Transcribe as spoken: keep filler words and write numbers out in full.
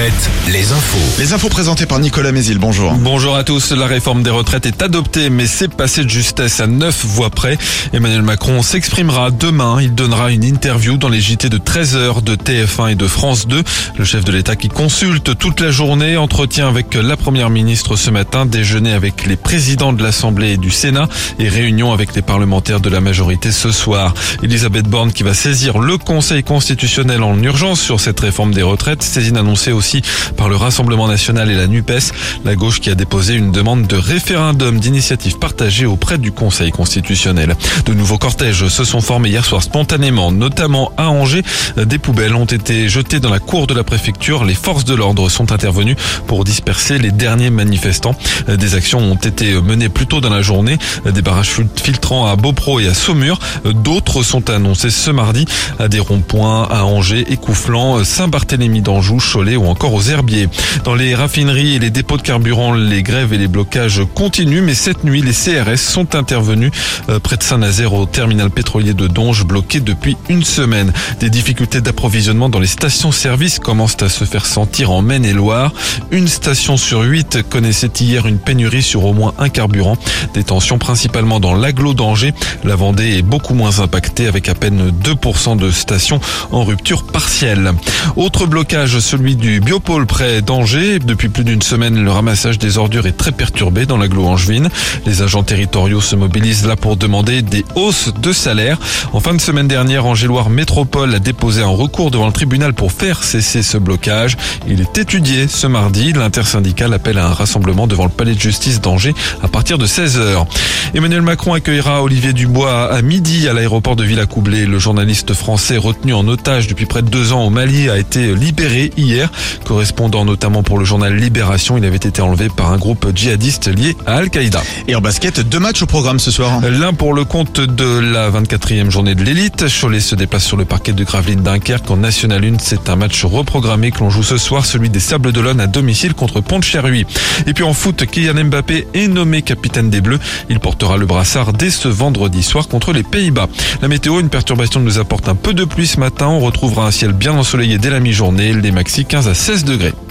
retraite, les infos. Les infos présentées par Nicolas Mézil, bonjour. Bonjour à tous. La réforme des retraites est adoptée, mais c'est passé de justesse à neuf voix près. Emmanuel Macron s'exprimera demain. Il donnera une interview dans les J T de treize heures de T F un et de France deux. Le chef de l'État qui consulte toute la journée, entretien avec la première ministre ce matin, déjeuner avec les présidents de l'Assemblée et du Sénat et réunion avec les parlementaires de la majorité ce soir. Elisabeth Borne qui va saisir le Conseil constitutionnel en urgence sur cette réforme des retraites, saisine annoncée aussi par le Rassemblement national et la NUPES, la gauche qui a déposé une demande de référendum d'initiative partagée auprès du Conseil constitutionnel. De nouveaux cortèges se sont formés hier soir spontanément, notamment à Angers. Des poubelles ont été jetées dans la cour de la préfecture. Les forces de l'ordre sont intervenues pour disperser les derniers manifestants. Des actions ont été menées plus tôt dans la journée, des barrages filtrants à Beaupro et à Saumur. D'autres sont annoncés ce mardi à des ronds-points à Angers, Écouflant, Saint-Barthélemy d'Anjou, Cholet ou encore aux Herbiers. Dans les raffineries et les dépôts de carburant, les grèves et les blocages continuent, mais cette nuit, les C R S sont intervenus près de Saint-Nazaire au terminal pétrolier de Donge, bloqué depuis une semaine. Des difficultés d'approvisionnement dans les stations-service commencent à se faire sentir en Maine-et-Loire. Une station sur huit connaissait hier une pénurie sur au moins un carburant. Des tensions principalement dans l'agglo d'Angers. La Vendée est beaucoup moins impactée avec à peine deux pour cent de stations en rupture partielle. Autre blocage, celui du Biopôle près d'Angers. Depuis plus d'une semaine, le ramassage des ordures est très perturbé dans l'agglo angevine. Les agents territoriaux se mobilisent là pour demander des hausses de salaire. En fin de semaine dernière, Angers-Loire Métropole a déposé un recours devant le tribunal pour faire cesser ce blocage. Il est étudié ce mardi. L'intersyndicale appelle à un rassemblement devant le palais de justice d'Angers à partir de seize heures. Emmanuel Macron accueillera Olivier Dubois à midi à l'aéroport de Villacoublay. Le journaliste français retenu en otage depuis près de deux ans au Mali a été libéré hier. Correspondant notamment pour le journal Libération, il avait été enlevé par un groupe djihadiste lié à Al-Qaïda. Et en basket, deux matchs au programme ce soir. L'un pour le compte de la vingt-quatrième journée de l'élite. Cholet se déplace sur le parquet de Gravelines Dunkerque en National un. C'est un match reprogrammé que l'on joue ce soir, celui des Sables d'Olonne à domicile contre Pont-de-Cherruy. Et puis en foot, Kylian Mbappé est nommé capitaine des Bleus. Il portera le brassard dès ce vendredi soir contre les Pays-Bas. La météo, une perturbation nous apporte un peu de pluie ce matin. On retrouvera un ciel bien ensoleillé dès la mi-journée. Les maxi quinze à seize degrés.